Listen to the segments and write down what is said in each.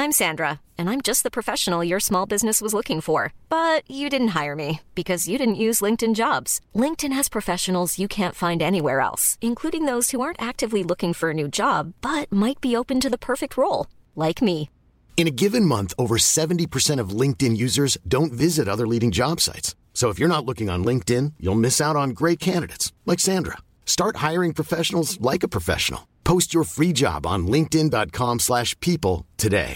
I'm Sandra, and I'm just the professional your small business was looking for. But you didn't hire me because you didn't use LinkedIn Jobs. LinkedIn has professionals you can't find anywhere else, including those who aren't actively looking for a new job, but might be open to the perfect role, like me. In a given month, over 70% of LinkedIn users don't visit other leading job sites. So if you're not looking on LinkedIn, you'll miss out on great candidates like Sandra. Start hiring professionals like a professional. Post your free job on linkedin.com/people today.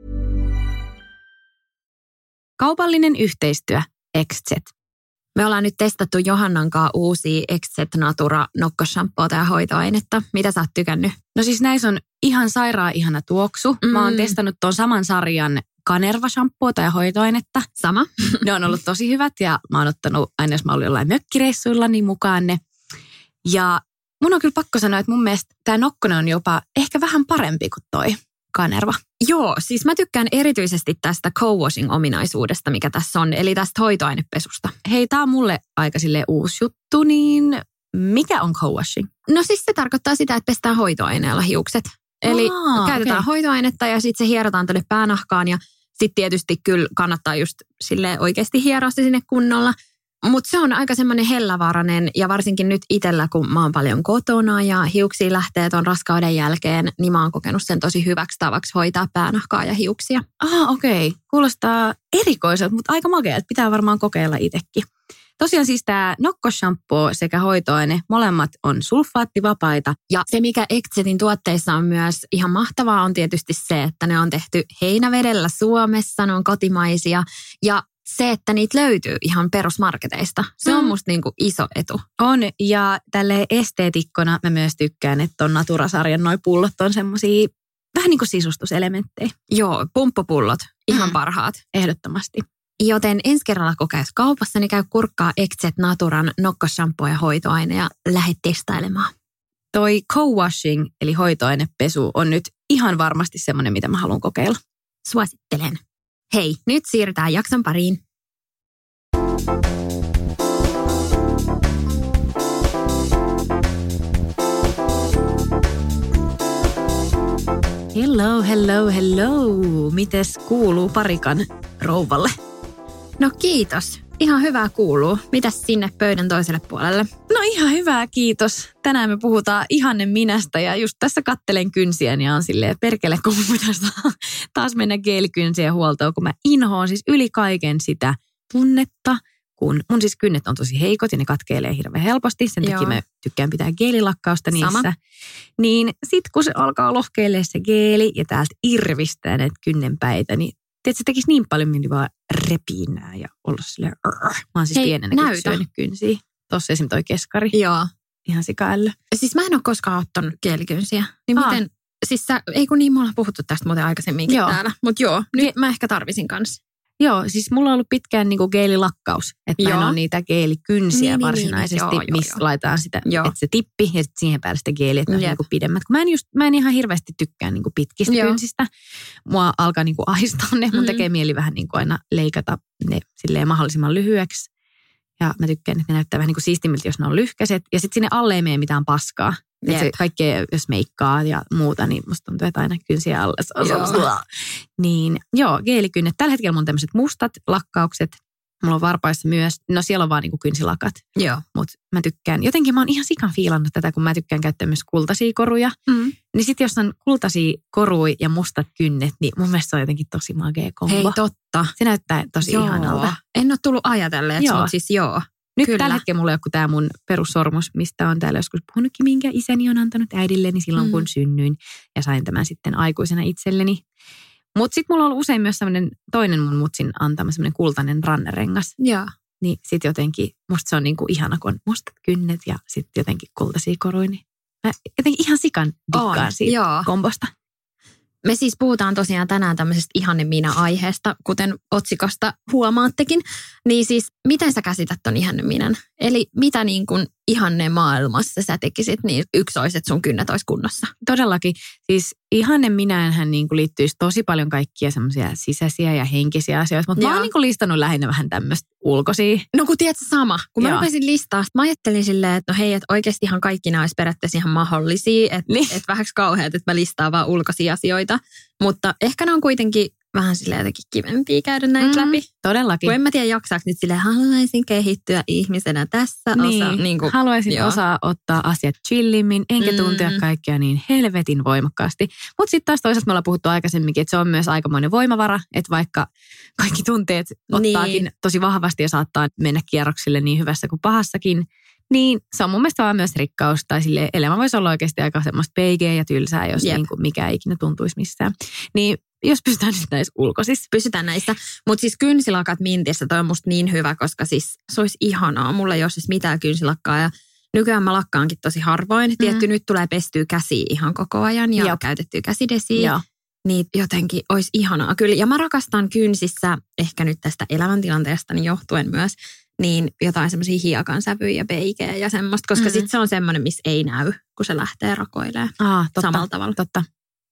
Kaupallinen yhteistyö XZ. Me ollaan nyt testattu Johannan kanssa uusia XZ Natura nokkoshampoota ja hoitoainetta. Mitä sä oot tykännyt? No siis näissä on ihan sairaan ihana tuoksu. Mä oon testannut ton saman sarjan Kanerva-shampoota ja hoitoainetta. Sama. Ne on ollut tosi hyvät ja mä oon ottanut aina, jos mä olin jollain mökkireissuilla, niin mukaan ne. Ja mun on kyllä pakko sanoa, että mun mielestä tää nokkonen on jopa ehkä vähän parempi kuin toi Kanerva. Joo, siis mä tykkään erityisesti tästä co-washing-ominaisuudesta, mikä tässä on, eli tästä hoitoainepesusta. Hei, tää on mulle aika silleen uusi juttu, niin mikä on co-washing? No siis se tarkoittaa sitä, että pestään hoitoaineella hiukset. Eli käytetään hoitoainetta ja sitten se hierotaan tänne päänahkaan ja sitten tietysti kyllä kannattaa just silleen oikeasti hieroa se sinne kunnolla. Mutta se on aika semmoinen hellävarainen ja varsinkin nyt itsellä, kun mä oon paljon kotona ja hiuksia lähtee ton raskauden jälkeen, niin mä oon kokenut sen tosi hyväksi tavaksi hoitaa päänahkaa ja hiuksia. Okei. Kuulostaa erikoiselta, mutta aika makealta. Pitää varmaan kokeilla itsekin. Tosiaan siis tämä nokkoshampoo sekä hoitoaine, molemmat on sulfaattivapaita. Ja se, mikä XZin tuotteissa on myös ihan mahtavaa, on tietysti se, että ne on tehty heinävedellä Suomessa, ne on kotimaisia ja se, että niitä löytyy ihan perusmarketeista. Se on musta niinku iso etu. On, ja tälleen esteetikkona mä myös tykkään, että on Natura-sarjan noi pullot on semmosia vähän niin kuin sisustuselementtejä. Joo, pumppupullot, ihan parhaat. Ehdottomasti. Joten ensi kerralla kun käyt kaupassa, niin käy kurkkaa XZ Naturan nokkoshampoo ja hoitoaine ja lähde testailemaan. Toi co-washing, eli hoitoainepesu, on nyt ihan varmasti semmoinen, mitä mä haluan kokeilla. Suosittelen. Hei, nyt siirrytään jakson pariin. Hello, hello, hello. Mites kuuluu parikan rouvalle? No kiitos. Ihan hyvää kuuluu. Mitäs sinne pöydän toiselle puolelle? No ihan hyvää, kiitos. Tänään me puhutaan ihanne minästä ja just tässä kattelen kynsiäni ja on silleen perkele, kun pitäisi taas mennä geelikynsien huoltoon, kun mä inhoon siis yli kaiken sitä tunnetta, kun mun siis kynnet on tosi heikot ja ne katkeilee hirveän helposti. Sen takia mä tykkään pitää geelilakkausta niissä. Sama. Niin sit kun se alkaa lohkeilee se geeli ja täältä irvistää näitä kynnenpäitä, niin tiedätkö, se tekisi niin paljon minä vaan repinää ja olla silleen. Mä oon siis pienenä syönyt kynsiä. Tossa esimerkiksi toi keskari. Joo. Ihan sikaällö. Siis mä en ole koskaan ottanut geelikynsiä. Niin miten, siis ei kun niin, me ollaan puhuttu tästä muuten aikaisemminkin täällä. Mutta joo, nyt mä ehkä tarvisin kanssa. Joo, siis mulla on ollut pitkään niinku geelilakkaus. Että mä en ole niitä geelikynsiä varsinaisesti, missä laitetaan sitä, että se tippi ja sitten siihen päälle sitä geeliä, että ne on niinku pidemmät. Kun mä en ihan hirveästi tykkää niinku pitkistä kynsistä. Mua alkaa niinku ahistaa ne. Mun tekee mieli vähän niinku aina leikata ne silleen mahdollisimman lyhyeksi. Ja mä tykkään, että ne näyttää vähän niinku siistimmiltä, jos ne on lyhkäiset. Ja sitten sinne alle ei mene mitään paskaa. Että kaikkea, jos meikkaa ja muuta, niin musta tuntuu, että aina kynsiä alle. Niin joo, geelikynnet. Tällä hetkellä mun on tämmöiset mustat lakkaukset. Mulla on varpaissa myös. No siellä on vaan niinku kynsilakat. Joo. Mutta mä tykkään. Jotenkin mä oon ihan sikan fiilannut tätä, kun mä tykkään käyttää myös kultaisia koruja. Niin sit jos on kultaisia koruja ja mustat kynnet, niin mun mielestä se on jotenkin tosi magea kombo. Hei, totta. Se näyttää tosi ihanalta. En ole tullut ajatelleen, että se on siis Nyt kyllä. tällä hetkellä mulla on joku tämä mun perussormus, mistä on täällä joskus puhunutkin, minkä isäni on antanut äidilleni silloin, kun synnyin. Ja sain tämän sitten aikuisena itselleni. Mutta sitten mulla on ollut usein myös sellainen toinen mun mutsin antama sellainen kultainen rannerengas. Joo. Niin sitten jotenkin, musta se on niinku ihana, kun on mustat kynnet ja sitten jotenkin kultaisia koruja. Niin mä jotenkin ihan sikan dikkaan siitä kombosta. Me siis puhutaan tosiaan tänään tämmöisestä ihanne minä-aiheesta, kuten otsikosta huomaattekin. Niin siis, miten sä käsität ton ihanne minän? Eli mitä niin kun ihanne maailmassa sä tekisit, niin yksi olisi, että sun kynnet olisi kunnossa. Todellakin. Siis ihanne minäänhän niin kuin liittyisi tosi paljon kaikkia semmoisia sisäisiä ja henkisiä asioita, mutta mä oon niin kuin listannut lähinnä vähän tämmöistä ulkoisia. No kun tiedätkö sama, kun mä rupesin listaa, mä ajattelin silleen, että no hei, että oikeastihan kaikki nämä olisi periaatteessa ihan mahdollisia, että et vähäksi kauheat, että mä listaan vaan ulkoisia asioita, mutta ehkä ne on kuitenkin vähän silleen jotenkin kivempiä käydä näitä läpi. Todellakin. Kun en mä tiedä jaksaako nyt silleen, haluaisin kehittyä ihmisenä tässä niin, haluaisin osaa ottaa asiat chillimmin, enkä tuntea kaikkia niin helvetin voimakkaasti. Mutta sitten taas toisaalta me ollaan puhuttu aikaisemminkin, että se on myös aikamoinen voimavara, että vaikka kaikki tunteet ottaakin tosi vahvasti ja saattaa mennä kierroksille niin hyvässä kuin pahassakin, niin se on mun mielestä vaan myös rikkaus. Tai silleen elämä voisi olla oikeasti aika semmoista peigeä ja tylsää, jos niin kuin mikä ei ikinä tuntuisi missään. Niin jos pystytään nyt näissä ulkoisissa. Pysytään näissä. Mutta siis kynsilakat mintissä, toi on musta niin hyvä, koska siis se olisi ihanaa. Mulla ei ole siis mitään kynsilakkaa ja nykyään mä lakkaankin tosi harvoin. Tietty nyt tulee pestyä käsiä ihan koko ajan ja käytettyä käsidesiä. Niin jotenkin olisi ihanaa kyllä. Ja mä rakastan kynsissä, ehkä nyt tästä elämäntilanteestani johtuen myös, niin jotain semmoisia hiekansävyjä ja peikeä ja semmoista. Koska sitten se on semmoinen, missä ei näy, kun se lähtee rakoilemaan samalla tavalla. Totta.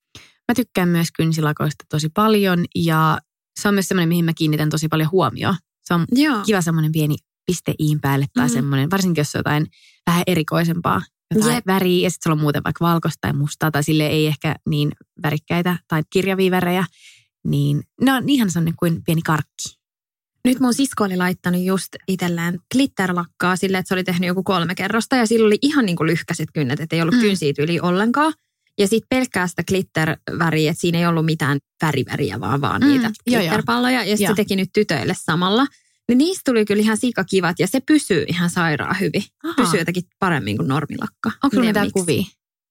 Mä tykkään myös kynsilakoista tosi paljon ja se on myös semmoinen, mihin mä kiinnitän tosi paljon huomioon. Se on kiva semmoinen pieni piste iin päälle tai semmoinen, varsinkin jos on jotain vähän erikoisempaa, jotain väriä ja sitten sulla on muuten vaikka valkoista tai mustaa tai sille ei ehkä niin värikkäitä tai kirjavia värejä, niin ne on ihan semmoinen kuin pieni karkki. Nyt mun sisko oli laittanut just itselleen glitterlakkaa silleen, että se oli tehnyt joku 3 kerrosta ja sillä oli ihan niin kuin lyhkäiset kynnet, että ei ollut kynsiä yli ollenkaan. Ja sitten pelkkää sitä glitter-väriä, että siinä ei ollut mitään väriväriä, vaan niitä glitterpalloja. Ja sitten se teki nyt tytöille samalla. Niin niistä tuli kyllä ihan sikakivat ja se pysyy ihan sairaan hyvin. Pysyy jotenkin paremmin kuin normilakka. Onko sulla mitään kuvia?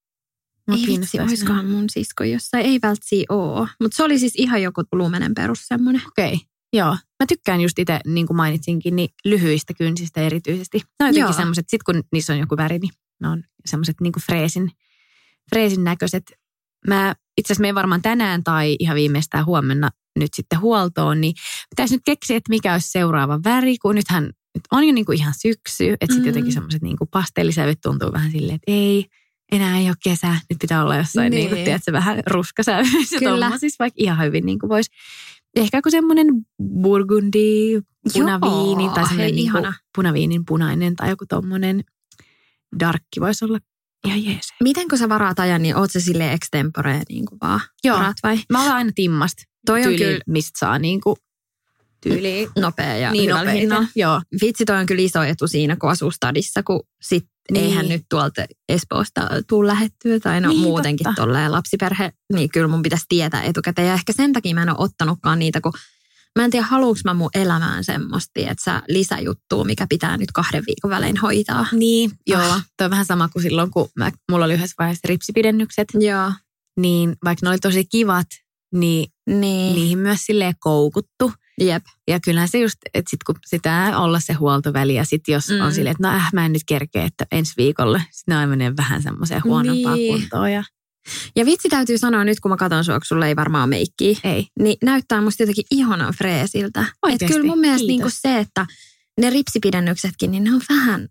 Ei vitsi, olisikohan mun sisko jossain. Ei välttämättä ole. Mutta se oli siis ihan joku lumenen perus semmoinen. Okei. Joo. Mä tykkään just itse, niin kuin mainitsinkin, niin lyhyistä kynsistä erityisesti. Ne on jotenkin semmoiset, sit kun niissä on joku väri, niin ne on semmoiset niin kuin freesin näköiset. Mä itse asiassa menen varmaan tänään tai ihan viimeistään huomenna nyt sitten huoltoon, niin pitäisi nyt keksiä, että mikä olisi seuraava väri, kun nyt on jo niinku ihan syksy, että sitten jotenkin semmoiset niinku pastellisävyt tuntuu vähän silleen, että ei, enää ei ole kesä, nyt pitää olla jossain niinku, tiedätkö, vähän ruskasävyissä tommoisissa, vaikka ihan hyvin niinku voisi. Ehkä joku semmoinen burgundi, punaviini tai semmoinen niinku punaviinin punainen tai joku tommoinen darkki voisi olla. Ihan jees. Miten kun sä varaat ajan, niin oot sä silleen extempore niin kuin vaan varaat vai? Mä olen aina timmasta. Toi on kyllä, mistä saa niin kuin tyyliin nopea ja niin hyvällä hinnalla. Joo. Vitsi, toi on kyllä iso etu siinä, kun asuu stadissa, kun sit eihän nyt tuolta Espoosta tule lähettyä tai muutenkin tolleen lapsiperhe, niin kyllä mun pitäisi tietää etukäteen. Ja ehkä sen takia mä en ole ottanutkaan niitä, kun mä en tiedä, haluuks mä mun elämään semmoista, että sä lisäjuttua, mikä pitää nyt 2 viikon välein hoitaa. Niin, joo. Toi on vähän sama kuin silloin, kun mulla oli yhdessä vaiheessa ripsipidennykset. Joo. Niin vaikka ne oli tosi kivat, niin niihin myös silleen koukuttu. Jep. Ja kyllähän se just, että sit kun sitä olla se huoltoväli ja sit jos on silleen, että no mä en nyt kerkeä, että ensi viikolle. Sitten ne menee vähän semmoiseen huonompaan kuntoon ja vitsi täytyy sanoa nyt, kun mä katson sua, kun sulla ei varmaan meikkiä. Ei. Niin näyttää musta jotenkin ihanan freesiltä. Että kyllä mun mielestä niinku se, että ne ripsipidennyksetkin, niin ne on vähän.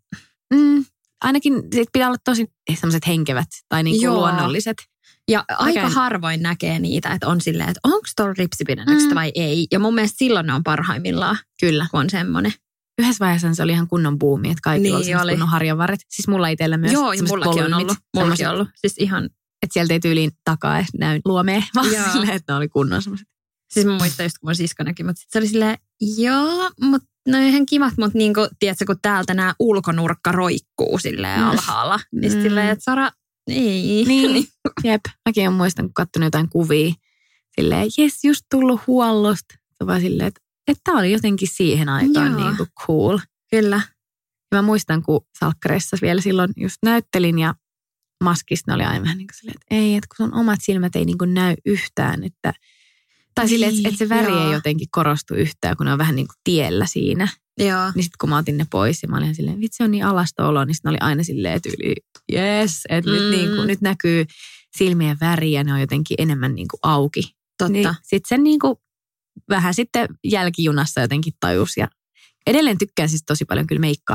Ainakin sit pitää olla tosi sellaiset henkevät tai niinku luonnolliset. Ja aika harvoin näkee niitä, että on silleen, että onko tuolla ripsipidennyksestä vai ei. Ja mun mielestä silloin ne on parhaimmillaan, kyllä, kun on semmoinen. Yhdessä vaiheessa se oli ihan kunnon buumi, että kaikilla oli kunnon harjanvarret. Siis mulla itsellä myös. Joo, mullakin on ollut. Mullakin on ollut. Siis ihan. Että sieltä ei tyyliin takaa edes näy luomeen, vaan silleen, että ne oli kunnon semmoiset. Siis mä muistan just, kun mun sisko näki, mutta sitten se oli silleen, joo, mutta no ihan kivat, mutta niin kuin, tiedätkö, kun täältä nämä ulkonurkka roikkuu silleen alhaalla. Niin sitten silleen, että Sara, ei. Niin, jep. Mäkin olen muistan, kun katsonut jotain kuvia, silleen, jes, just tullut huollosta. Se vaan silleen, että tämä oli jotenkin siihen aikaan niin kuin cool. Kyllä. Ja mä muistan, kun salkkareissa vielä silloin just näyttelin ja maskista ne oli aina vähän niin kuin silleen, että ei, että kun sun omat silmät ei niin kuin näy yhtään, että tai silleen, että se väri ei jotenkin korostu yhtään, kun ne on vähän niin kuin tiellä siinä. Joo. Niin sitten kun mä otin ne pois ja mä olin silleen, vitsi on niin alasta olo, niin sitten oli aina silleen tyyli, jes, että nyt näkyy silmien väri ja ne on jotenkin enemmän niin kuin auki. Totta. Niin sitten sen niin kuin vähän sitten jälkijunassa jotenkin tajus ja edelleen tykkään siis tosi paljon kyllä meikkaa ja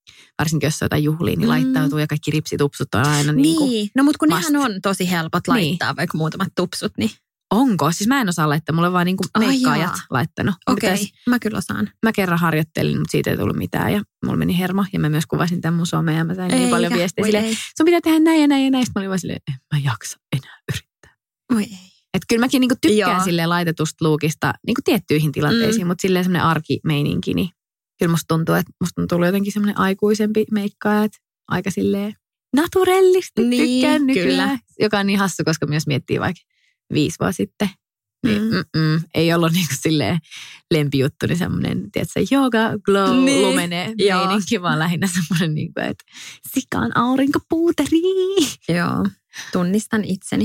varsinkin jos on jotain juhlia, niin laittautuu ja kaikki ripsitupsut on aina niin. No mutta kun nehän on tosi helpot laittaa, vaikka muutamat tupsut, niin. Onko? Siis mä en osaa laittaa. Mulla on vaan niinku meikkaajat laittanut. Okei, mä kyllä osaan. Mä kerran harjoittelin, mutta siitä ei tullut mitään ja mulla meni hermo. Ja mä myös kuvasin tämän mun somea ja mä sain niin paljon viestejä silleen, sun pitää tehdä näin ja näin ja näin. Sitten mä olin vaan silleen, en mä jaksa enää yrittää. Oi ei. Että kyllä mäkin niinku tykkään silleen laitetusta luukista niinku tiettyihin tilanteisiin, mutta silleen semmoinen arkimeininki, niin kyllä musta tuntuu, että musta on tullut jotenkin semmoinen aikuisempi meikkaaja, että aika silleen naturellisti tykkään nykyään. Kyllä. Joka on niin hassu, koska myös miettii vaikka 5 vuotta sitten. Niin, ei ollut niinku silleen lempijuttu, niin semmoinen, tiedätkö, yoga, glow, lumene meininki, vaan lähinnä semmoinen, niinku, että sikaan aurinkopuuteri. Joo, tunnistan itseni.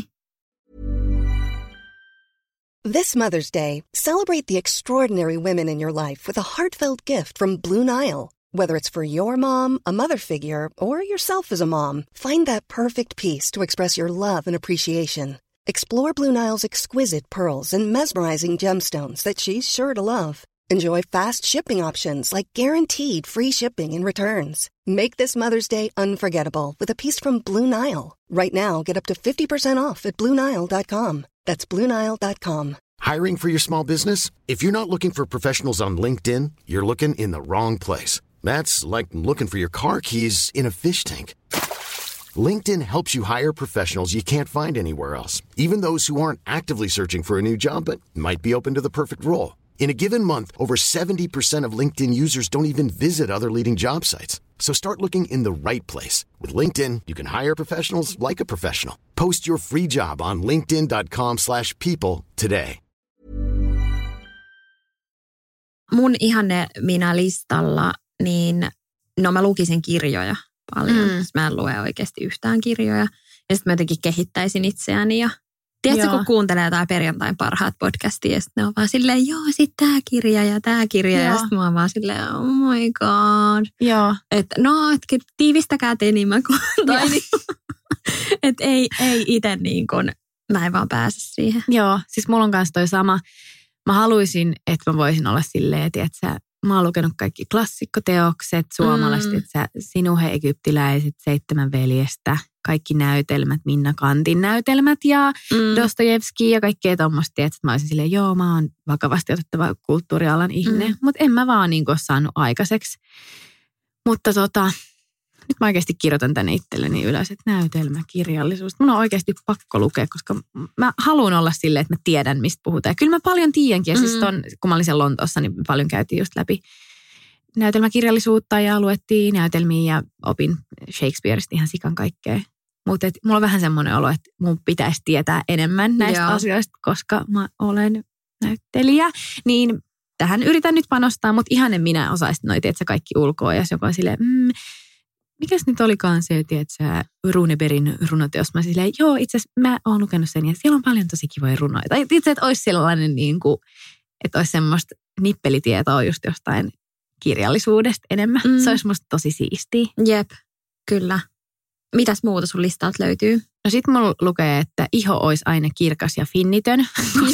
This Mother's Day, celebrate the extraordinary women in your life with a heartfelt gift from Blue Nile. Whether it's for your mom, a mother figure, or yourself as a mom, find that perfect piece to express your love and appreciation. Explore Blue Nile's exquisite pearls and mesmerizing gemstones that she's sure to love. Enjoy fast shipping options like guaranteed free shipping and returns. Make this Mother's Day unforgettable with a piece from Blue Nile. Right now, get up to 50% off at BlueNile.com. That's BlueNile.com. Hiring for your small business? If you're not looking for professionals on LinkedIn, you're looking in the wrong place. That's like looking for your car keys in a fish tank. LinkedIn helps you hire professionals you can't find anywhere else, even those who aren't actively searching for a new job but might be open to the perfect role. In a given month, over 70% of LinkedIn users don't even visit other leading job sites. So start looking in the right place. With LinkedIn, you can hire professionals like a professional. Post your free job on linkedin.com/people today. Mun ihanne minä listalla, niin mä lukisin kirjoja paljon. Mä en lue oikeasti yhtään kirjoja. Ja sitten mä jotenkin kehittäisin itseäni. Ja tiedätkö, kun kuuntelee jotain perjantain parhaat podcastia, ja sitten ne on vaan silleen, joo, sit tää kirja ja tää kirja. Ja sitten mä oon vaan oh my god. Joo. Että tiivistäkää te enemmän kuin että ei itse niin kuin, mä en vaan pääse siihen. Joo, siis mulla on kanssa toi sama. Mä haluaisin, että mä voisin olla silleen, että mä oon lukenut kaikki klassikkoteokset, suomalaiset, että Sinuhe egyptiläiset, 7 veljestä, kaikki näytelmät, Minna Kantin näytelmät ja Dostojevski ja kaikkea tommoista. Että mä olisin silleen, joo, mä oon vakavasti otettava kulttuurialan ihminen, mutta en mä vaan niin kuin saanut aikaiseksi. Mutta nyt mä oikeasti kirjoitan tänne itselleni ylös, että näytelmäkirjallisuus. Mun on oikeasti pakko lukea, koska mä haluan olla silleen, että mä tiedän, mistä puhutaan. Ja kyllä mä paljon tiedänkin. Ja siis kun mä olin siellä Lontoossa, niin paljon käytiin just läpi näytelmäkirjallisuutta ja luettiin näytelmiä ja opin Shakespeareista ihan sikan kaikkea. Mutta mulla on vähän semmoinen olo, että mun pitäisi tietää enemmän näistä asioista, koska mä olen näyttelijä. Niin tähän yritän nyt panostaa, mutta ihan en minä osaisin noita, että se kaikki ulkoa. Ja jos joku on silleen, mikäs nyt olikaan se, että Runebergin runoteos? Mä silleen, joo, itse asiassa mä oon lukenut sen ja siellä on paljon tosi kivoja runoja. Tai itse, että olisi sellainen, niin kuin, että olisi semmoista nippelitietoa just jostain kirjallisuudesta enemmän. Se olisi musta tosi siistiä. Jep, kyllä. Mitäs muuta sun listalta löytyy? No sit mulla lukee, että iho olisi aina kirkas ja finnitön.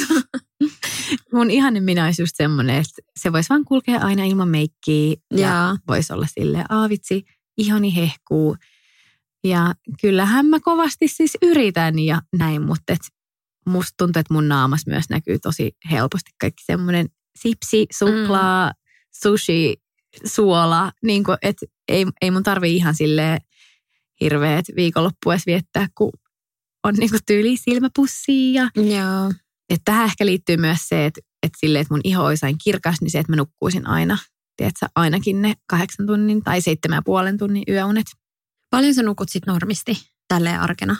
Mun ihanne minä olisi just semmoinen, että se voisi vaan kulkea aina ilman meikkiä. Ja voisi olla silleen, vitsi, ihoni hehkuu. Ja kyllähän mä kovasti siis yritän ja näin, mutta musta tuntuu, että mun naamas myös näkyy tosi helposti kaikki semmoinen sipsi, suklaa, sushi, suola. Niin kuin, että ei mun tarvii ihan silleen hirveät viikonloppuja viettää, kun on niin kuin tyyli silmäpussiin. Joo. Että tähän ehkä liittyy myös se, että silleen, että mun iho olisi aina kirkas, niin se, että mä nukkuisin aina. Tiedätkö, ainakin ne 8 tunnin tai 7,5 tunnin yöunet. Paljon sä nukut sit normisti tälleen arkena?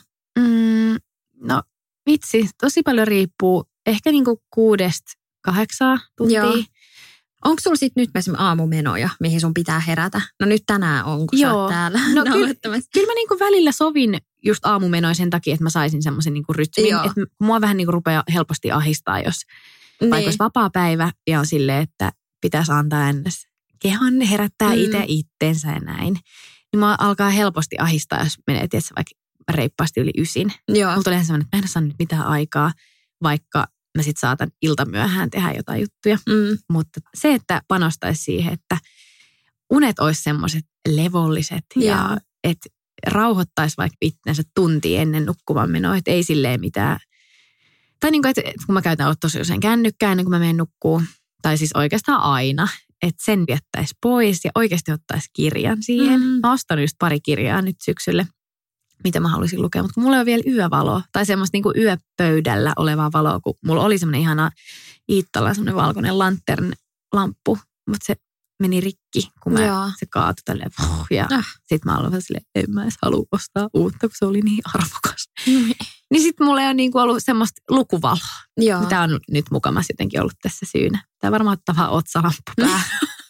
No vitsi, tosi paljon riippuu. Ehkä niinku 6-8 tuntia. Joo. Onko sulla sit nyt esimerkiksi aamumenoja, mihin sun pitää herätä? No nyt tänään on, kun sä oot täällä. No kyllä mä niinku välillä sovin just aamumenoja sen takia, että mä saisin semmoisen niinku rytmin. Että mua vähän niinku rupeaa helposti ahistaa, jos vaikka olisi vapaa päivä ja on silleen, että pitäisi antaa ennäs kehon herättää itse itsensä ja näin. Niin mua alkaa helposti ahistaa, jos menee tietysti vaikka reippaasti yli 9. Mulla tulee semmoinen, että mä en saa nyt mitään aikaa, vaikka mä sit saatan iltamyöhään tehdä jotain juttuja. Mutta se, että panostaisi siihen, että unet olisi semmoiset levolliset ja että rauhoittaisi vaikka itsensä tuntia ennen nukkumaan menoa, että ei silleen mitään. Tai niin kuin, että kun mä käytän tosi usein kännykkää ennen kuin mä menen nukkuun, tai siis oikeastaan aina, että sen viettäisi pois ja oikeasti ottaisi kirjan siihen. Mä ostan just pari kirjaa nyt syksylle, mitä mä haluaisin lukea, mutta mulla ei ole vielä yövaloa tai semmoista niin kuin yöpöydällä olevaa valoa, kun mulla oli semmoinen ihana Iittala, semmoinen valkoinen lantern-lamppu, mutta se meni rikki, kun se kaatui tälleen. Ja sitten mä aloin silleen, en mä edes halua ostaa uutta, kun se oli niin arvokas. Niin sitten mulla ei ole niin kuin ollut semmoista lukuvaloa, mitä on nyt mukamassa jotenkin ollut tässä syynä. Tää varmaan ottaa vaan otsalamppu päähän.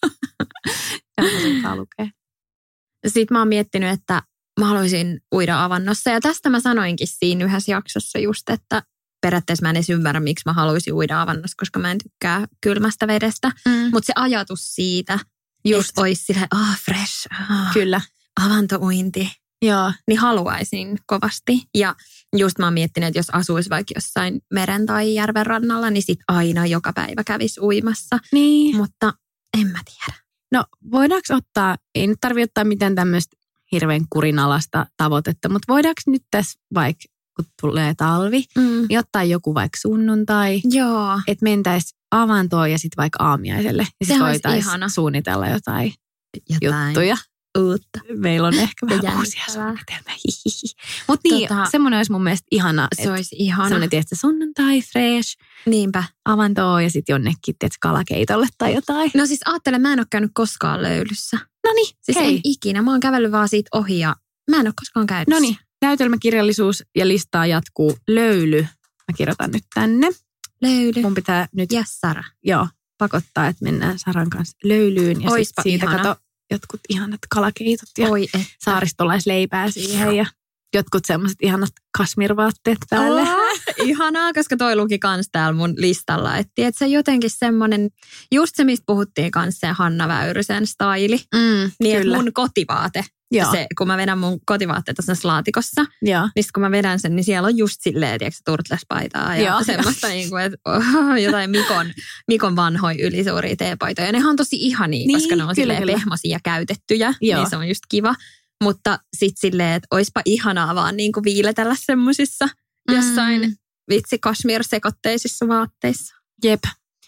Ja mä saa lukea. Sitten mä oon miettinyt, että mä haluaisin uida avannossa. Ja tästä mä sanoinkin siinä yhdessä jaksossa just, että periaatteessa mä en edes ymmärrä, miksi mä haluaisin uida avannossa, koska mä en tykkää kylmästä vedestä. Mutta se ajatus siitä, just olisi silleen, fresh, kyllä, avantouinti, niin haluaisin kovasti. Ja just mä oon miettinyt, että jos asuisi vaikka jossain meren tai järven rannalla, niin sit aina joka päivä kävisi uimassa. Niin. Mutta en mä tiedä. No voidaanko ottaa, ei nyt tarvitse ottaa mitään tämmöistä hirveän kurinalaista tavoitetta, mutta voidaanko nyt tässä vaikka, kun tulee talvi, niin ottaa joku vaikka sunnuntai, että mentäisiin avantoon ja sitten vaikka aamiaiselle. Ja sitten voitaisiin suunnitella jotain juttuja. Uutta. Meillä on ehkä vähän uusia suunnitelmia. Mutta niin, semmoinen olisi mun mielestä ihana. Se olisi ihana. Semmoinen, tietysti sunnuntai, fresh. Niinpä. Avantoon ja sitten jonnekin, tietysti kalakeitolle tai jotain. No siis ajattelen, mä en ole käynyt koskaan löylyssä. Noniin, siis en ikinä. Mä oon kävellyt vaan siitä ohi ja mä en ole koskaan käynyt. Noniin, näytelmäkirjallisuus ja listaa jatkuu. Löyly. Mä kirjoitan nyt tänne. Löyly. Mun pitää nyt Sara. Joo, pakottaa, että mennään Saran kanssa löylyyn. Ja sitten siitä ihana. Jotkut ihanat kalakeitot ja saaristolaisleipää siihen ja jotkut semmoiset ihanat kasmirvaatteet päälle. Ihanaa, koska toi luki kans täällä mun listalla. Että se jotenkin semmoinen, just se mistä puhuttiin kanssa, se Hanna Väyrysen staili. Niin että mun kotivaate, se, kun mä vedän mun kotivaatteet tuossa laatikossa, niin kun mä vedän sen, niin siellä on just silleen, tiedätkö, turtlespaitaa ja semmoista niin kuin, että jotain Mikon vanhoja ylisuuria teepaitoja. Ja nehän on tosi ihania, koska ne on silleen pehmosia ja käytettyjä, niin se on just kiva. Mutta sitten silleen, että oispa ihanaa vaan niin kuin viiletellä semmosissa jossain kashmir-sekoitteisissa vaatteissa. Jep.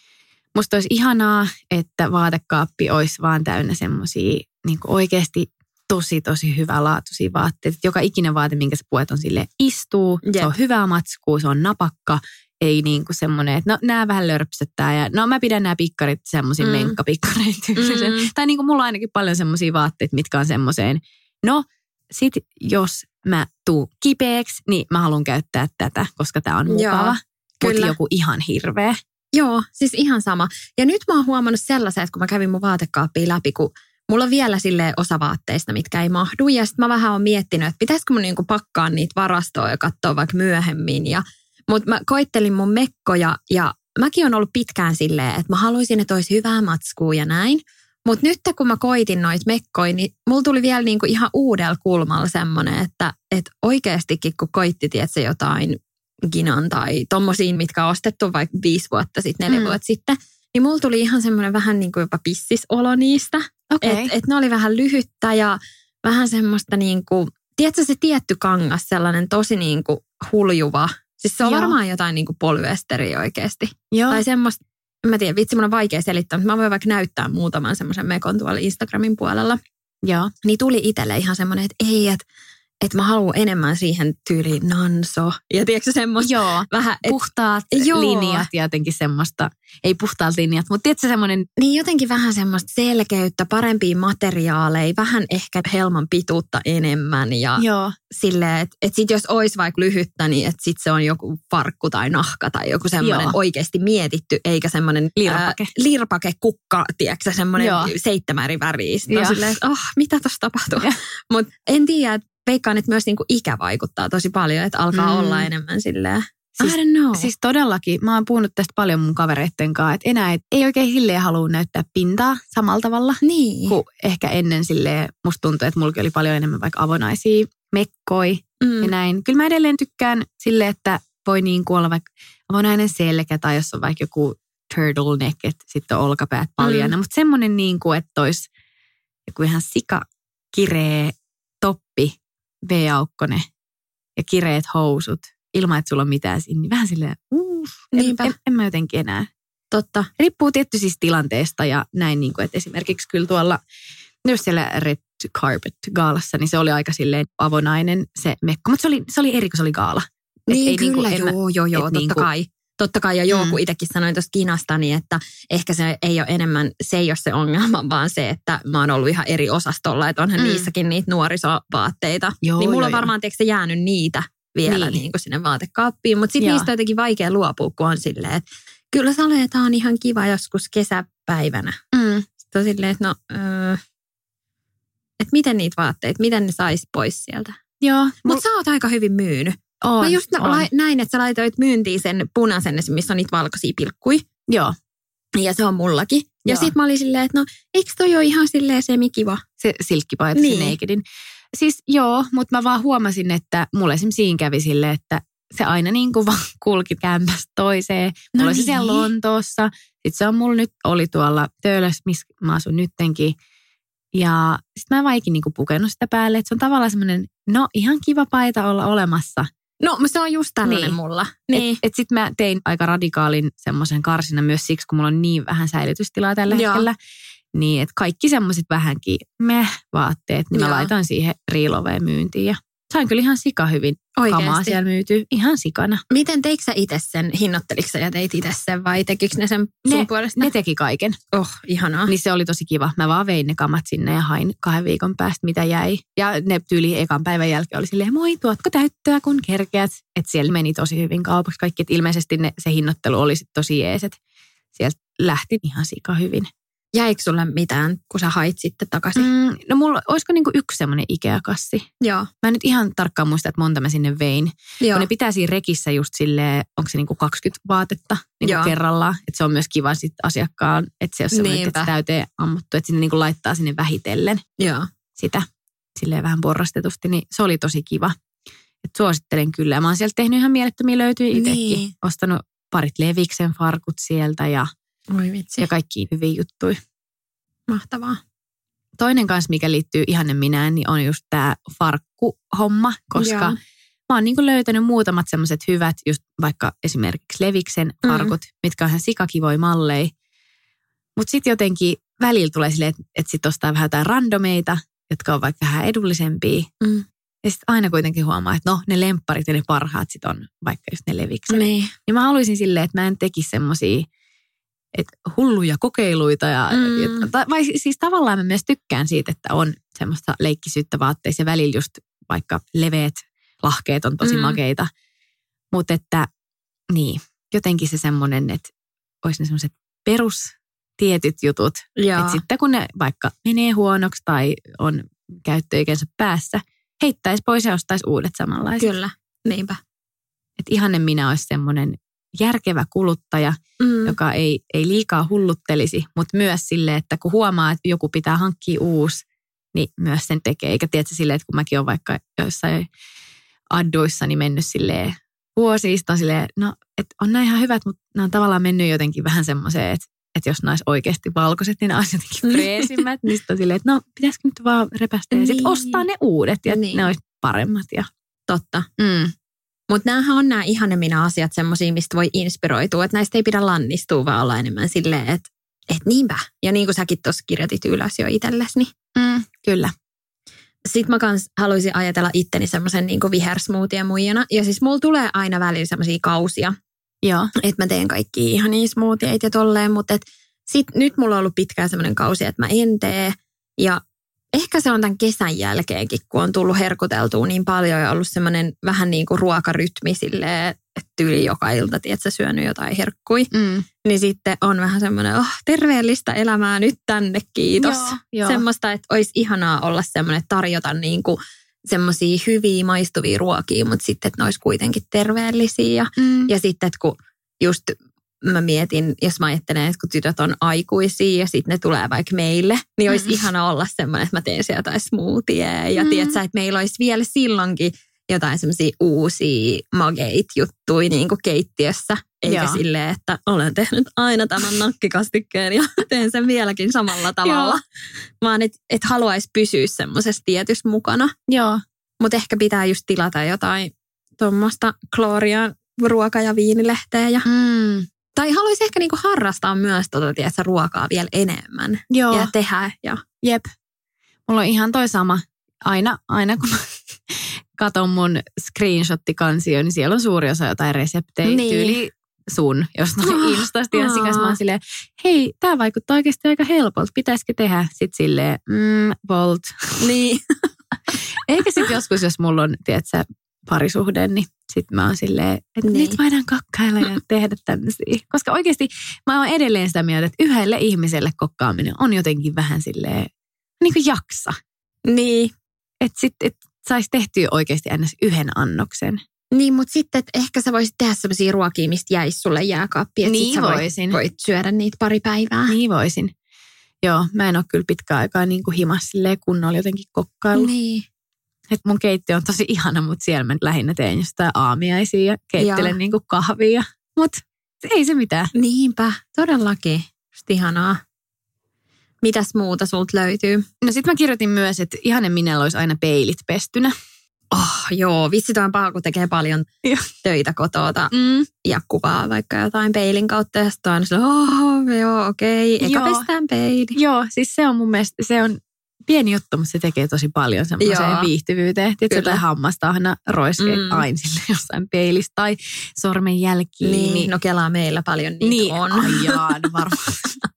Musta olisi ihanaa, että vaatekaappi olisi vaan täynnä semmosia niin kuin oikeasti tosi hyvälaatuisia vaatteita. Joka ikinen vaate, minkä sä puet, on silleen istuu, se on hyvää matskua, se on napakka, ei niin kuin semmoinen, että no nää vähän lörpsöttää ja no mä pidän nämä pikkarit semmoisiin menkkapikkarein tyylisen. Tai niin kuin mulla on ainakin paljon semmoisia vaatteita, mitkä on semmoiseen, no sit jos mä tuun kipeäksi, niin mä haluan käyttää tätä, koska tää on mukava. Mutta joku ihan hirveä. Joo, siis ihan sama. Ja nyt mä oon huomannut sellaisen, että kun mä kävin mun vaatekaappia läpi, kun mulla on vielä silleen osa vaatteista, mitkä ei mahdu. Ja sitten mä vähän oon miettinyt, että pitäisikö mun niinku pakkaa niitä varastoa ja katsoa vaikka myöhemmin. Mutta mä koittelin mun mekkoja ja mäkin on ollut pitkään silleen, että mä haluaisin, että olisi hyvää matskua ja näin. Mutta nyt kun mä koitin noita mekkoja, niin mulla tuli vielä niinku ihan uudella kulmalla semmoinen, että oikeastikin kun koitti, tiedätkö, jotain Ginan tai tommosiin, mitkä on ostettu vaikka 5 vuotta sitten, 4 vuotta sitten, niin mulla tuli ihan semmoinen vähän niin kuin jopa pissisolo niistä. Okay. Että ne oli vähän lyhyttä ja vähän semmoista niin kuin, tiedätkö se tietty kangas, sellainen tosi niin kuin huljuva. Siis se on varmaan jotain niin kuin polyesteriä oikeasti. Joo. Tai semmoista, en mä tiedä, vitsi mun on vaikea selittää, mutta mä voin vaikka näyttää muutaman semmoisen mekon tuolla Instagramin puolella. Joo. Niin tuli itselle ihan semmoinen, että ei, että mä haluan enemmän siihen tyyliin nanso. Ja tiedätkö semmoista vähän... puhtaat linjat ja jotenkin semmoista, ei puhtaat linjat, mutta tiedätkö semmoinen... Niin jotenkin vähän semmoista selkeyttä, parempia materiaaleja, vähän ehkä helman pituutta enemmän. Ja silleen, että sit jos olisi vaikka lyhyttä, niin että sit se on joku farkku tai nahka tai joku semmoinen oikeasti mietitty, eikä semmoinen... Lirpake kukka, tiedätkö semmoinen 7 eri väriä. Sitten silleen, että mitä tossa tapahtuu? Mutta en tiedä, veikkaan, että myös niinku ikä vaikuttaa tosi paljon, että alkaa olla enemmän silleen, I don't know. Siis todellakin, mä oon puhunut tästä paljon mun kavereitten kanssa, että enää ei oikein silleen halua näyttää pintaa samalla tavalla. Niin. Kuin ehkä ennen silleen, musta tuntuu, että mullakin oli paljon enemmän vaikka avonaisia mekkoi ja näin. Kyllä mä edelleen tykkään silleen, että voi niin kuin olla vaikka avonainen selkä tai jos on vaikka joku turtleneck, että sitten on olkapäät paljana. Mutta semmoinen niin kuin, että olisi joku ihan kireä toppi, V-aukkonen ja kireet housut, ilman että sulla on mitään siinä, niin vähän silleen, en mä jotenkin enää. Totta. Riippuu tietty siis tilanteesta ja näin, niin kuin, että esimerkiksi kyllä tuolla, just siellä Red Carpet-gaalassa, niin se oli aika silleen avonainen se mekko, mutta se oli eri, kun se oli gaala. Niin ei kyllä, totta kai. Totta kai, ja kun itsekin sanoin tuosta Kinasta, niin että ehkä se ei ole se ongelma, vaan se, että mä oon ollut ihan eri osastolla, että onhan niissäkin niitä nuorisovaatteita. Niin mulla on varmaan se jäänyt niitä vielä niin kuin sinne vaatekaappiin, mutta sitten niistä on jotenkin vaikea luopua, kun on silleen, että kyllä tää on ihan kiva joskus kesäpäivänä. Sitten on silleen, että että miten niitä vaatteita, miten ne saisi pois sieltä. Joo. Mutta sä oot aika hyvin myynyt. Mä just näin, että sä laitoit myyntiin sen punaisen, missä on niitä valkoisia pilkkuja. Joo. Ja se on mullakin. Ja sit mä olin silleen, että no eikö toi ole ihan silleen semi-kiva? Se silkkipaita, se nakedin. Siis joo, mutta mä vaan huomasin, että mulle esimerkiksi siinä kävi silleen, että se aina niin kuin vaan kulki kämpästä toiseen. Mulla oli se siellä Lontoossa. Sitten se on mulla nyt, oli tuolla Töölössä, missä mä asun nyttenkin. Ja sitten mä vaikin niin kuin pukenut sitä päälle. Että se on tavallaan semmoinen, ihan kiva paita olla olemassa. No, se on just tällainen mulla. Niin. Et sit mä tein aika radikaalin semmoisen karsinnan myös siksi, kun mulla on niin vähän säilytystilaa tällä hetkellä. Niin, että kaikki semmoiset vähänkin vaatteet, niin mä laitoin siihen Reloveen myyntiin. Ja sain kyllä ihan sika hyvin kamaa siellä myytyä. Ihan sikana. Miten teikö sä itse sen? Hinnoitteliko sä ja teit itse sen vai tekikö ne sen sun puolesta? Ne teki kaiken. Ihanaa. Niin se oli tosi kiva. Mä vaan vein ne kamat sinne ja hain 2 viikon päästä mitä jäi. Ja ne tyyli ekan päivän jälkeen oli silleen, moi, tuotko täyttöä kun kerkeät? Että siellä meni tosi hyvin kaupaksi kaikki. Että ilmeisesti se hinnoittelu oli sit tosi jees. Että sieltä lähti ihan sika hyvin. Jäikö sulle mitään, kun sä hait sitten takaisin? No mulla, olisiko niinku yksi semmoinen Ikea-kassi? Joo. Mä en nyt ihan tarkkaan muista, että monta mä sinne vein. Joo. Kun ne pitää siinä rekissä just silleen, onko se niinku 20 vaatetta niinku kerrallaan. Että se on myös kiva sitten asiakkaan, että se on semmoinen, että se täyteen ammuttu. Että sinne niinku laittaa sinne vähitellen sitä silleen vähän porrastetusti. Niin se oli tosi kiva. Että suosittelen kyllä. Ja mä oon sieltä tehnyt ihan mielettömiä löytyy itsekin. Ostanut parit Leviksen farkut sieltä ja kaikki hyviä juttuja. Mahtavaa. Toinen kanssa, mikä liittyy ihanne minään, niin on just tämä farkkuhomma, koska mä oon niinku löytänyt muutamat semmoiset hyvät, just vaikka esimerkiksi Leviksen farkut, mitkä on ihan sikakivoja malleja. Mutta sitten jotenkin välillä tulee silleen, että sit ostaa vähän jotain randomeita, jotka on vaikka vähän edullisempia. Ja sitten aina kuitenkin huomaa, että ne lempparit ja ne parhaat sit on vaikka just ne Leviksen. Niin mä haluaisin silleen, että mä en tekisi semmosia hulluja kokeiluita. Vai siis tavallaan mä myös tykkään siitä, että on semmoista leikkisyyttä vaatteissa ja välillä just vaikka leveät lahkeet on tosi makeita. Mutta että niin, jotenkin se semmoinen, että olisi ne semmoiset perustietyt jutut. Että sitten kun ne vaikka menee huonoksi tai on käyttöikänsä päässä, heittäisi pois ja ostaisi uudet samanlaiset. Kyllä, niinpä. Että ihanne minä olisi semmoinen järkevä kuluttaja, joka ei liikaa hulluttelisi, mutta myös silleen, että kun huomaa, että joku pitää hankkia uusi, niin myös sen tekee. Eikä tiedätkö silleen, että kun mäkin olen vaikka joissain adduissani mennyt silleen vuosista, on silleen, että on nämä ihan hyvät, mutta nämä on tavallaan mennyt jotenkin vähän semmoiseen, että jos nämä olisi oikeasti valkoiset, niin nämä olisi jotenkin freesimmät. Niin sitten on silleen, että pitäisikö nyt vaan repästä ja sitten ostaa ne uudet ja ne olisi paremmat. Totta. Mutta näähän on nämä ihanemina-asiat semmoisia, mistä voi inspiroitua. Että näistä ei pidä lannistua, vaan olla enemmän silleen, että niinpä. Ja niin kuin säkin tuossa kirjoitit ylös jo itsellesi. Kyllä. Sitten mä kans haluaisin ajatella itteni semmoisen niin kuin vihersmoothien muijana. Ja siis mulla tulee aina välillä semmoisia kausia. Joo. Että mä teen kaikki ihania smoothieita ja tolleen. Mutta sitten nyt mulla on ollut pitkään semmoinen kausi, että mä en tee. Ja ehkä se on tämän kesän jälkeenkin, kun on tullut herkuteltua niin paljon ja ollut semmoinen vähän niin kuin ruokarytmi silleen, että tyyli joka ilta, tiedätkö, syönyt jotain herkkui. Niin sitten on vähän semmoinen, terveellistä elämää nyt tänne, kiitos. Joo. Semmoista, että olisi ihanaa olla semmoinen, että tarjota niin kuin semmoisia hyviä maistuvia ruokia, mutta sitten, että ne olisi kuitenkin terveellisiä. Ja sitten, että kun just mä mietin, jos mä ajattelen, että kun tytöt on aikuisia ja sitten ne tulee vaikka meille, niin olisi ihana olla semmoinen, että mä teen sieltä jotain smoothieä. Ja tiedätkö, että meillä olisi vielä silloinkin jotain semmoisia uusia mageit juttuja niin kuin keittiössä. Eikä silleen, että olen tehnyt aina tämän nakkikastikkeen ja teen sen vieläkin samalla tavalla. Vaan et haluaisi pysyä semmoisessa tietyssä mukana. Joo. Mutta ehkä pitää just tilata jotain tuommoista Glorian ruoka- ja viinilehteä. Tai haluaisi ehkä niinku harrastaa myös ruokaa vielä enemmän. Joo. Ja tehdä. Ja. Jep. Mulla on ihan toi sama. Aina kun katon mun screenshottikansioon, niin siellä on suuri osa jotain reseptejä. Niin. Tyyli sun jostain Instasta. Ja sikas mä oon silleen, hei, tää vaikuttaa oikeasti aika helpolta. Pitäisikö tehdä? Sitten silleen, Bolt. Niin. Eikä sitten joskus, jos mulla on, tiedätkö, parisuhde, niin sitten mä oon silleen, että nyt voidaan kokkailla ja tehdä tämmöisiä. Koska oikeasti mä oon edelleen sitä mieltä, että yhdelle ihmiselle kokkaaminen on jotenkin vähän silleen, niin kuin jaksa. Niin. Että sitten saisi tehtyä oikeasti aina yhden annoksen. Niin, mutta sitten että ehkä sä voisit tehdä sellaisia ruokia, mistä jäisi sulle jääkaappi. Niin sit voisin. Voit syödä niitä pari päivää. Niin voisin. Joo, mä en ole kyllä pitkään aikaa niin kuin himas silleen kunnolla jotenkin kokkaillut. Niin. Että mun keittiö on tosi ihana, mutta siellä mä lähinnä teen jostain aamiaisia ja keittelen niin kuin kahvia. Mutta ei se mitään. Niinpä, todellakin. Just ihanaa. Mitäs muuta sulta löytyy? No sit mä kirjoitin myös, että ihanen Minellä olisi aina peilit pestynä. Joo, vitsi toi on paha, kun tekee paljon töitä kotota ja kuvaa vaikka jotain peilin kautta. Ja sitten on joo, okei, eikä pestään peili. Joo, siis se on mun mielestä, se on pieni juttu, mutta se tekee tosi paljon semmoiseen viihtyvyyteen. Tietysti jotain hammastahna roiskee aina sille jossain peilistä tai sormenjälkiin. Niin, no kelaa meillä paljon niitä on. No varmaan.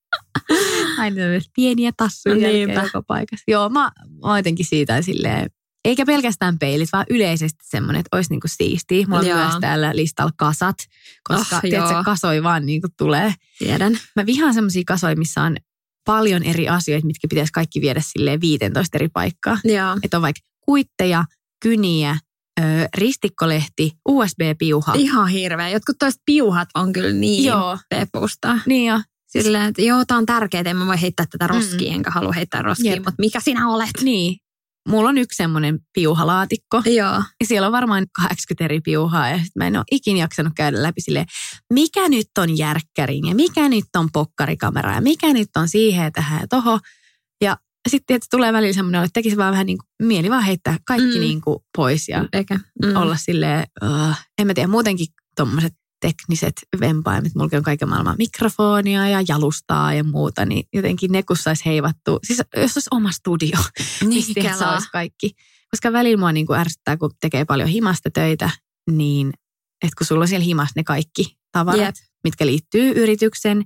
Aina pieniä tassuja joka paikassa. Joo, mä oon jotenkin siitä silleen, eikä pelkästään peilit, vaan yleisesti semmoinen, että olisi niinku siistiä. Mulla on myös täällä listalla kasat, koska tiedätkö, kasoi vaan niinku tulee. Tiedän. Mä vihaan semmoisia kasoja, missä on paljon eri asioita, mitkä pitäisi kaikki viedä silleen 15 eri paikkaa. Että on vaikka kuitteja, kyniä, ristikkolehti, USB-piuha. Ihan hirveä. Jotkut toiset piuhat on kyllä niin pepusta. Niin jo. Silleen, että tämä on tärkeää, en mä voi heittää tätä roskiin, enkä halua heittää roskiin, mutta mikä sinä olet? Niin. Mulla on yksi semmoinen piuhalaatikko. Joo. Ja siellä on varmaan 80 eri piuhaa. Ja mä en ole ikin jaksanut käydä läpi silleen, mikä nyt on järkkärin ja mikä nyt on pokkarikamera ja mikä nyt on siihen, tähän ja tohon. Ja sitten tulee välillä semmoinen, että tekisi vaan vähän niin kuin mieli vaan heittää kaikki niin kuin pois ja olla silleen, en mä tiedä, muutenkin tommoset tekniset vempaimet. Mulla on kaiken maailman mikrofonia ja jalustaa ja muuta, niin jotenkin ne kun saisi heivattua. Siis jos olisi oma studio, niin se olisi kaikki. Koska välillä mua niin kuin ärsyttää, kun tekee paljon himasta töitä, niin että kun sulla on siellä himassa ne kaikki tavarat, mitkä liittyy yrityksen,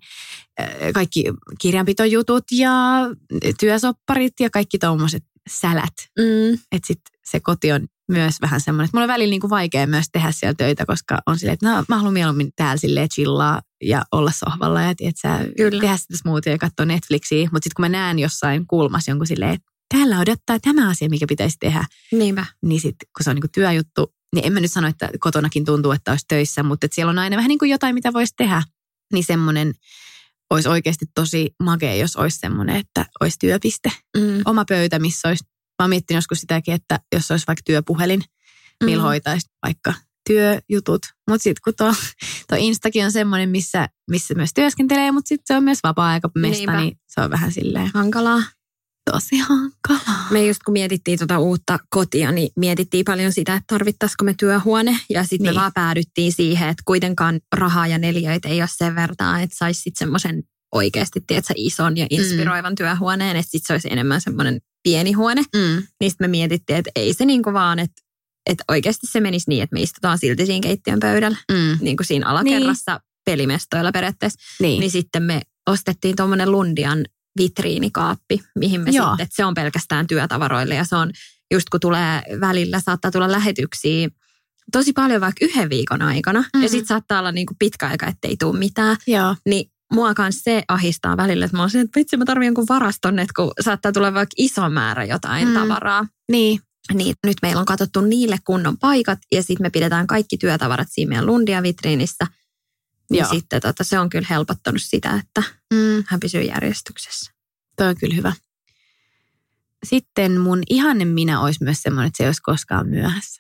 kaikki kirjanpitojutut ja työsopparit ja kaikki tommoset sälät. Että sitten se koti on myös vähän semmoinen, että mulla on välillä niin kuin vaikea myös tehdä siellä töitä, koska on silleen, että mä haluan mieluummin täällä silleen chillaa ja olla sohvalla ja tehdä sitä smoothia ja katsoa Netflixiä. Mutta sitten kun mä näen jossain kulmassa jonkun silleen, että täällä odottaa tämä asia, mikä pitäisi tehdä. Niinpä. Niin sitten kun se on niin kuin työjuttu, niin en mä nyt sano, että kotonakin tuntuu, että olisi töissä, mutta että siellä on aina vähän niin kuin jotain, mitä voisi tehdä. Niin semmoinen olisi oikeasti tosi makea, jos olisi semmoinen, että olisi työpiste. Oma pöytä, missä olisi. Mä oon miettinyt joskus sitäkin, että jos olisi vaikka työpuhelin, millä hoitaisi vaikka työjutut. Mutta sitten kun tuo Instakin on semmoinen, missä myös työskentelee, mutta sitten se on myös vapaa-aikamesta, niin se on vähän silleen hankalaa. Tosi hankalaa. Me just kun mietittiin uutta kotia, niin mietittiin paljon sitä, että tarvittaisiko me työhuone. Ja sitten me vaan päädyttiin siihen, että kuitenkaan rahaa ja neliöitä ei ole sen verran, että saisi sitten semmoisen oikeasti, tiedätkö, ison ja inspiroivan työhuoneen, että sitten se olisi enemmän semmoinen pieni huone. Niin sitten me mietittiin, että ei se niinku vaan, että oikeasti se menisi niin, että me istutaan silti siinä keittiön pöydällä. Niin kuin siinä alakerrassa pelimestoilla periaatteessa. Niin sitten me ostettiin tuommoinen Lundian vitriinikaappi, mihin me sitten, että se on pelkästään työtavaroille. Ja se on just kun tulee välillä, saattaa tulla lähetyksiä tosi paljon vaikka 1 viikon aikana. Ja sitten saattaa olla niinku pitkä aika, ettei tule mitään. Niin mua kanssa se ahistaa välillä, että mä oon että vitsi, mä tarvitsen jonkun varaston, että kun saattaa tulla vaikka iso määrä jotain tavaraa. Niin nyt meillä on katsottu niille kunnon paikat ja sitten me pidetään kaikki työtavarat siinä meidän Lundia-vitriinissä. Niin sitten se on kyllä helpottanut sitä, että hän pysyy järjestyksessä. Toi on kyllä hyvä. Sitten mun ihanne minä olisi myös semmoinen, että se ei olisi koskaan myöhässä.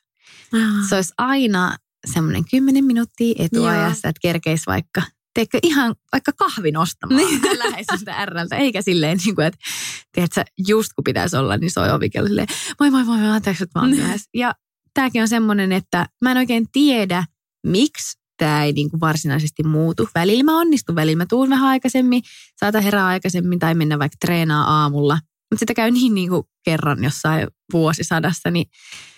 Se olisi aina semmoinen 10 minuuttia etuajassa, että kerkeisi vaikka, teekö ihan vaikka kahvin ostamaan läheisestä R:ltä, eikä silleen, niin kuin, että tiedätkö, just kun pitäisi olla, niin soi ovikello silleen, moi, anteeksi, että mä oon myöhässä. Ja tämäkin on semmoinen, että mä en oikein tiedä, miksi tämä ei niin kuin varsinaisesti muutu. Välillä mä onnistun, välillä mä tuun vähän aikaisemmin, saatan herää aikaisemmin tai mennä vaikka treenaa aamulla. Mutta sitä käy niin kuin kerran jossain vuosisadassa, niin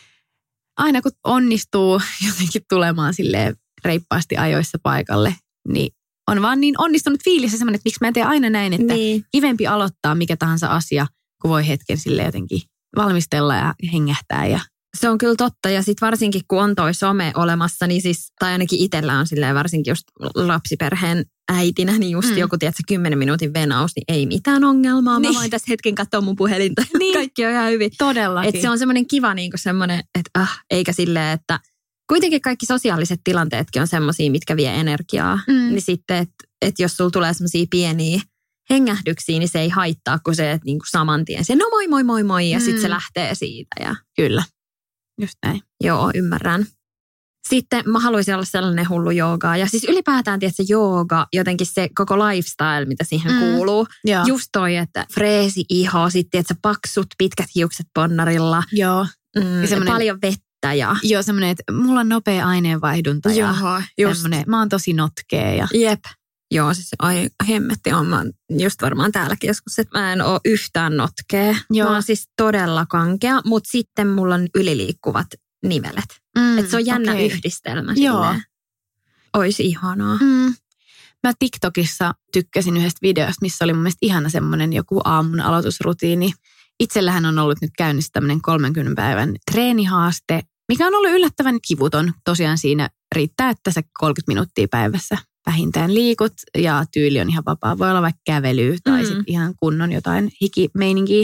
aina kun onnistuu jotenkin tulemaan silleen reippaasti ajoissa paikalle, niin on vaan niin onnistunut fiilis semmoinen, että miksi mä en tee aina näin, että kivempi aloittaa mikä tahansa asia, kun voi hetken silleen jotenkin valmistella ja hengähtää ja se on kyllä totta ja sitten varsinkin kun on toi some olemassa, niin siis, tai ainakin itsellä on silleen varsinkin just lapsiperheen äitinä, niin just joku, tiedätkö, 10 minuutin venaus, niin ei mitään ongelmaa. Mä voin tässä hetken katsoa mun puhelinta. Kaikki on ihan hyvin. Todellakin. Että se on semmoinen kiva niin kuin semmoinen, että eikä silleen, että kuitenkin kaikki sosiaaliset tilanteetkin on semmoisia, mitkä vie energiaa. Niin sitten, että jos sulla tulee semmoisia pieniä hengähdyksiä, niin se ei haittaa, kun se niin kuin saman tien se, no moi, ja sitten se lähtee siitä. Ja kyllä. Just näin. Joo, ymmärrän. Sitten mä haluaisin olla sellainen hullu joogaa. Ja siis ylipäätään, tiedätkö, jooga, jotenkin se koko lifestyle, mitä siihen kuuluu. Joo. Just toi, että freesi iho, sitten tiedätkö, paksut, pitkät hiukset ponnarilla. Joo. Ja paljon vettä. Joo, semmoinen, että mulla on nopea aineenvaihdunta. Joo, just. Mä oon tosi notkea. Jep. Joo, siis ai hemmetti on. Mä oon just varmaan täälläkin joskus, että mä en ole yhtään notkea. Joo. Mä oon siis todella kankea, mutta sitten mulla on yliliikkuvat nivelet. Että se on jännä yhdistelmä. Joo. Ois ihanaa. Mä TikTokissa tykkäsin yhdestä videosta, missä oli mun mielestä ihana semmoinen joku aamun aloitusrutiini. Itsellähän on ollut nyt käynnissä tämmöinen 30 päivän treenihaaste, mikä on ollut yllättävän kivuton. Tosiaan siinä riittää, että sä 30 minuuttia päivässä vähintään liikut ja tyyli on ihan vapaa. Voi olla vaikka kävelyä tai sitten ihan kunnon jotain hikimeininkiä.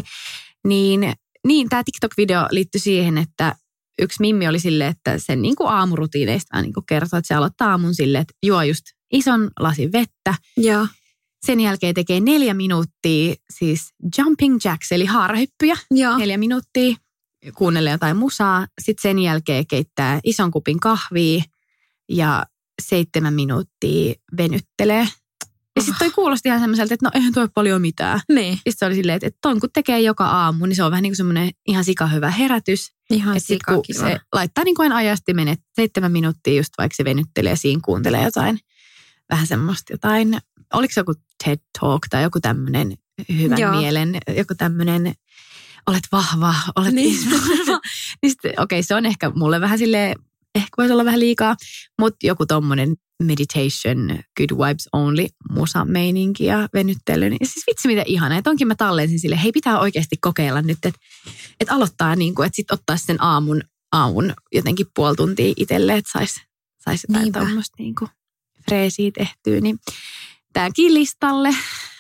Niin tämä TikTok-video liittyi siihen, että yksi mimmi oli silleen, että sen niin kuin aamurutiineista niin kuin kertoo, että se aloittaa aamun silleen, että juo just ison lasin vettä. Joo. Sen jälkeen tekee 4 minuuttia siis jumping jacks, eli haarahyppyjä. Joo. 4 minuuttia, kuunnelee jotain musaa. Sitten sen jälkeen keittää ison kupin kahvia ja 7 minuuttia venyttelee. Ja sitten toi kuulosti ihan semmoiselta, että no eihän toi paljon mitään. Niin. Sitten se oli silleen, että ton kun tekee joka aamu, niin se on vähän niin kuin semmoinen ihan sikahyvä herätys. Ihan sikakiva. Se laittaa niin kuin ajasti menet 7 minuuttia just vaikka se venyttelee ja siinä kuuntelee jotain. Vähän semmoista jotain, oliko se joku TED Talk tai joku tämmöinen hyvän mielen, joku tämmöinen, olet vahva, olet niin. Niin okei, se on ehkä mulle vähän silleen, ehkä voisi olla vähän liikaa, mutta joku tommonen meditation, good vibes only, musa-meininki ja venyttely. Niin siis vitsi mitä ihanaa. Että onkin mä tallensin silleen, hei pitää oikeasti kokeilla nyt, että aloittaa niin kuin, että sit ottaa sen aamun jotenkin puoli tuntia itselle, että sais jotain tommoista niin kuin freesiä tehtyä. Niin tämäkin listalle,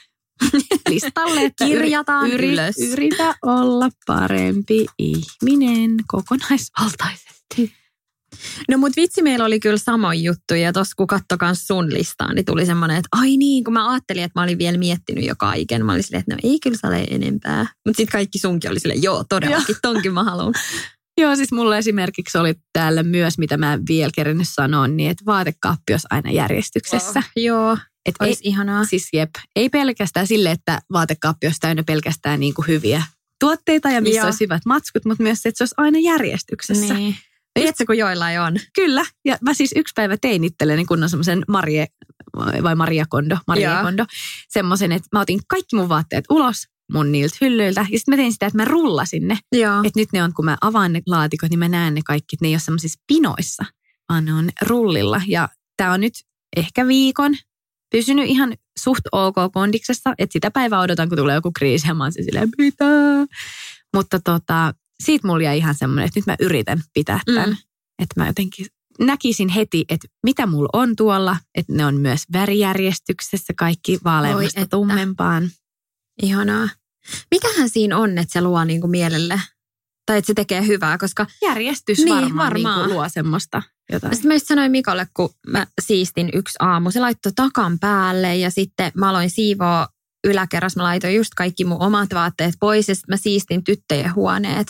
että kirjataan ylös. Yritä olla parempi ihminen kokonaisvaltaisesti. No mut vitsi, meillä oli kyllä samoin juttu ja tossa kun katsoi kans sun listaa, niin tuli semmoinen, että ai niin, kun mä ajattelin, että mä olin vielä miettinyt jo kaiken. Mä olin silleen, että no ei kyllä sale enempää. Mutta sitten kaikki sunkin oli silleen, joo todellakin, tonkin mä haluan. Joo, siis mulla esimerkiksi oli täällä myös, mitä mä vielä kerennyt sanoa, niin että vaatekaappi olisi aina järjestyksessä. Joo, että olisi ihanaa. Siis jep, ei pelkästään sille, että vaatekaappi olisi täynnä pelkästään niin kuin hyviä tuotteita ja missä olisi hyvät matskut, mutta myös se, että se olisi aina järjestyksessä. Niin. Tiedätkö, kun joillain on? Kyllä. Ja mä siis yksi päivä tein itselleni kunnon semmoisen Maria Kondo. Semmoisen, että mä otin kaikki mun vaatteet ulos mun niiltä hyllyiltä. Ja sitten mä tein sitä, että mä rullasin ne. Että nyt ne on, kun mä avaan ne laatikot, niin mä näen ne kaikki, että ne ei ole semmoisissa pinoissa, vaan ne on rullilla. Ja tää on nyt ehkä viikon pysynyt ihan suht ok kondiksessa. Että sitä päivää odotan, kun tulee joku kriisi ja mä oon se silleen, mitä? Mutta siitä mulla jäi ihan semmoinen, että nyt mä yritän pitää tämän. Että mä jotenkin näkisin heti, että mitä mulla on tuolla. Että ne on myös värijärjestyksessä kaikki vaaleammasta tummempaan. Ihanaa. Mikähän siinä on, että se luo niinku mielelle? Tai että se tekee hyvää, koska järjestys varmaan. Niinku luo semmoista jotain. Sitten mä just sanoin Mikolle, kun mä siistin yksi aamu. Se laittoi takan päälle ja sitten mä aloin siivoa yläkerras. Mä laitoin just kaikki mun omat vaatteet pois ja sitten mä siistin tyttöjen huoneet.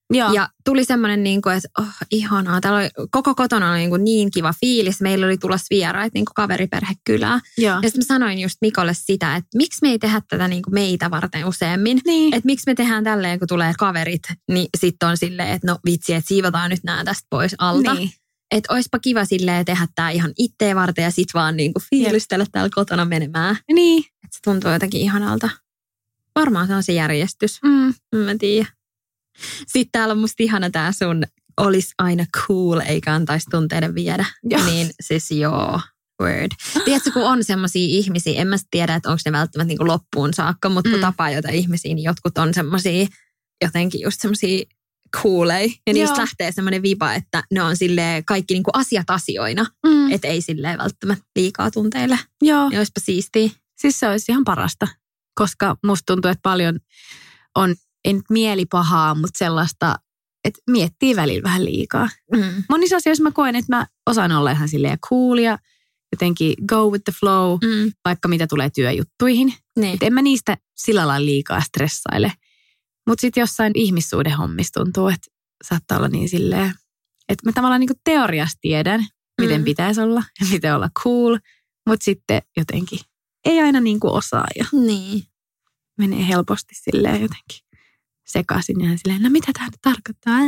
Ja tuli semmoinen, niin kuin, että ihanaa. Täällä oli, koko kotona oli niin kiva fiilis. Meillä oli tulossa vieraita, niin kuin kaveriperhekylää. Ja sitten mä sanoin just Mikolle sitä, että miksi me ei tehdä tätä niin kuin meitä varten useammin. Niin. Että miksi me tehdään tälleen, kun tulee kaverit, niin sitten on silleen, että no vitsi, että siivotaan nyt nämä tästä pois alta. Niin. Että oispa kiva silleen tehdä tää ihan itteen varten ja sit vaan niin kuin fiilistellä täällä kotona menemään. Niin. Että se tuntuu jotenkin ihanalta. Varmaan se on se järjestys. Mä tiedän. Sitten täällä on musta ihana tää sun olisi aina cool eikä antaisi tunteiden viedä. Niin siis word. Tiedätkö, kun on semmosia ihmisiä, en mä tiedä, että onko ne välttämättä niin kuin loppuun saakka, mutta kun tapaa jotain ihmisiä, niin jotkut on semmosia jotenkin just semmosia coolei. Ja niistä lähtee semmoinen viba, että ne on silleen kaikki niinku asiat asioina. Että ei silleen välttämättä liikaa tunteille. Joo. Ja olisipa siistiä. Siis se olisi ihan parasta. Koska musta tuntuu, että paljon on, ei nyt mielipahaa, mutta sellaista, että miettii välillä vähän liikaa. Monissa asioissa mä koen, että mä osaan olla ihan silleen cool ja jotenkin go with the flow, vaikka mitä tulee työjuttuihin. Niin. En mä niistä sillä lailla liikaa stressaile. Mutta sitten jossain ihmissuhdehommissa tuntuu, että saattaa olla niin silleen, että mä tavallaan niinku teoriassa tiedän, miten pitäisi olla ja miten olla cool, mutta sitten jotenkin ei aina niinku osaa ja menee helposti silleen jotenkin sekaisin ja silleen, no mitä tämä tarkoittaa?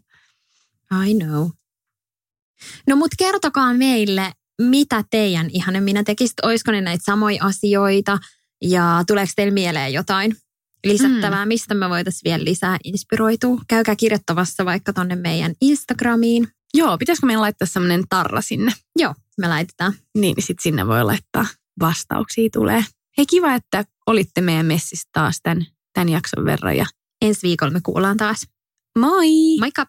I know. No mut kertokaa meille, mitä teidän ihanemminä tekisit, olisiko ne näitä samoja asioita ja tuleeko teille mieleen jotain lisättävää, mistä me voitaisiin vielä lisää inspiroitua. Käykää kirjoittavassa vaikka tonne meidän Instagramiin. Joo, pitäisikö meidän laittaa semmoinen tarra sinne? Joo, me laitetaan. Niin, sitten sinne voi laittaa vastauksia tulee. Hei, kiva, että olitte meidän messissä taas tämän jakson verran. Ja ensi viikolla me kuullaan taas. Moi! Moikka!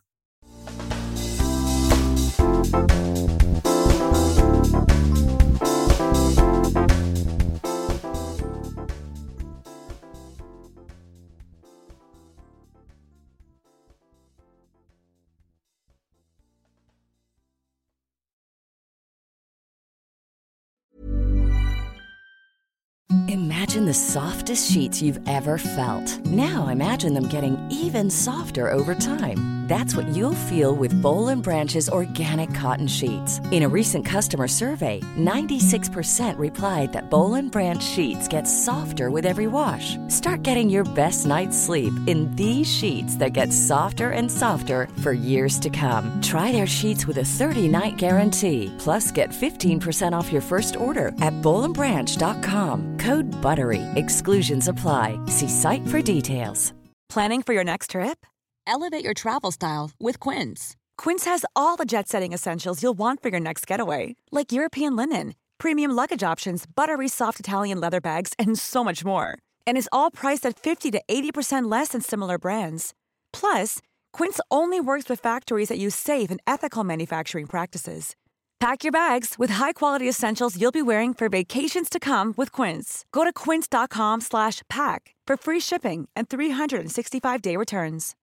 Imagine the softest sheets you've ever felt. Now imagine them getting even softer over time. That's what you'll feel with Boll & Branch's organic cotton sheets. In a recent customer survey, 96% replied that Boll & Branch sheets get softer with every wash. Start getting your best night's sleep in these sheets that get softer and softer for years to come. Try their sheets with a 30-night guarantee. Plus, get 15% off your first order at bollandbranch.com. Code BUTTERY. Exclusions apply. See site for details. Planning for your next trip? Elevate your travel style with Quince. Quince has all the jet-setting essentials you'll want for your next getaway, like European linen, premium luggage options, buttery soft Italian leather bags, and so much more. And is all priced at 50 to 80% less than similar brands. Plus, Quince only works with factories that use safe and ethical manufacturing practices. Pack your bags with high-quality essentials you'll be wearing for vacations to come with Quince. Go to quince.com/pack for free shipping and 365-day returns.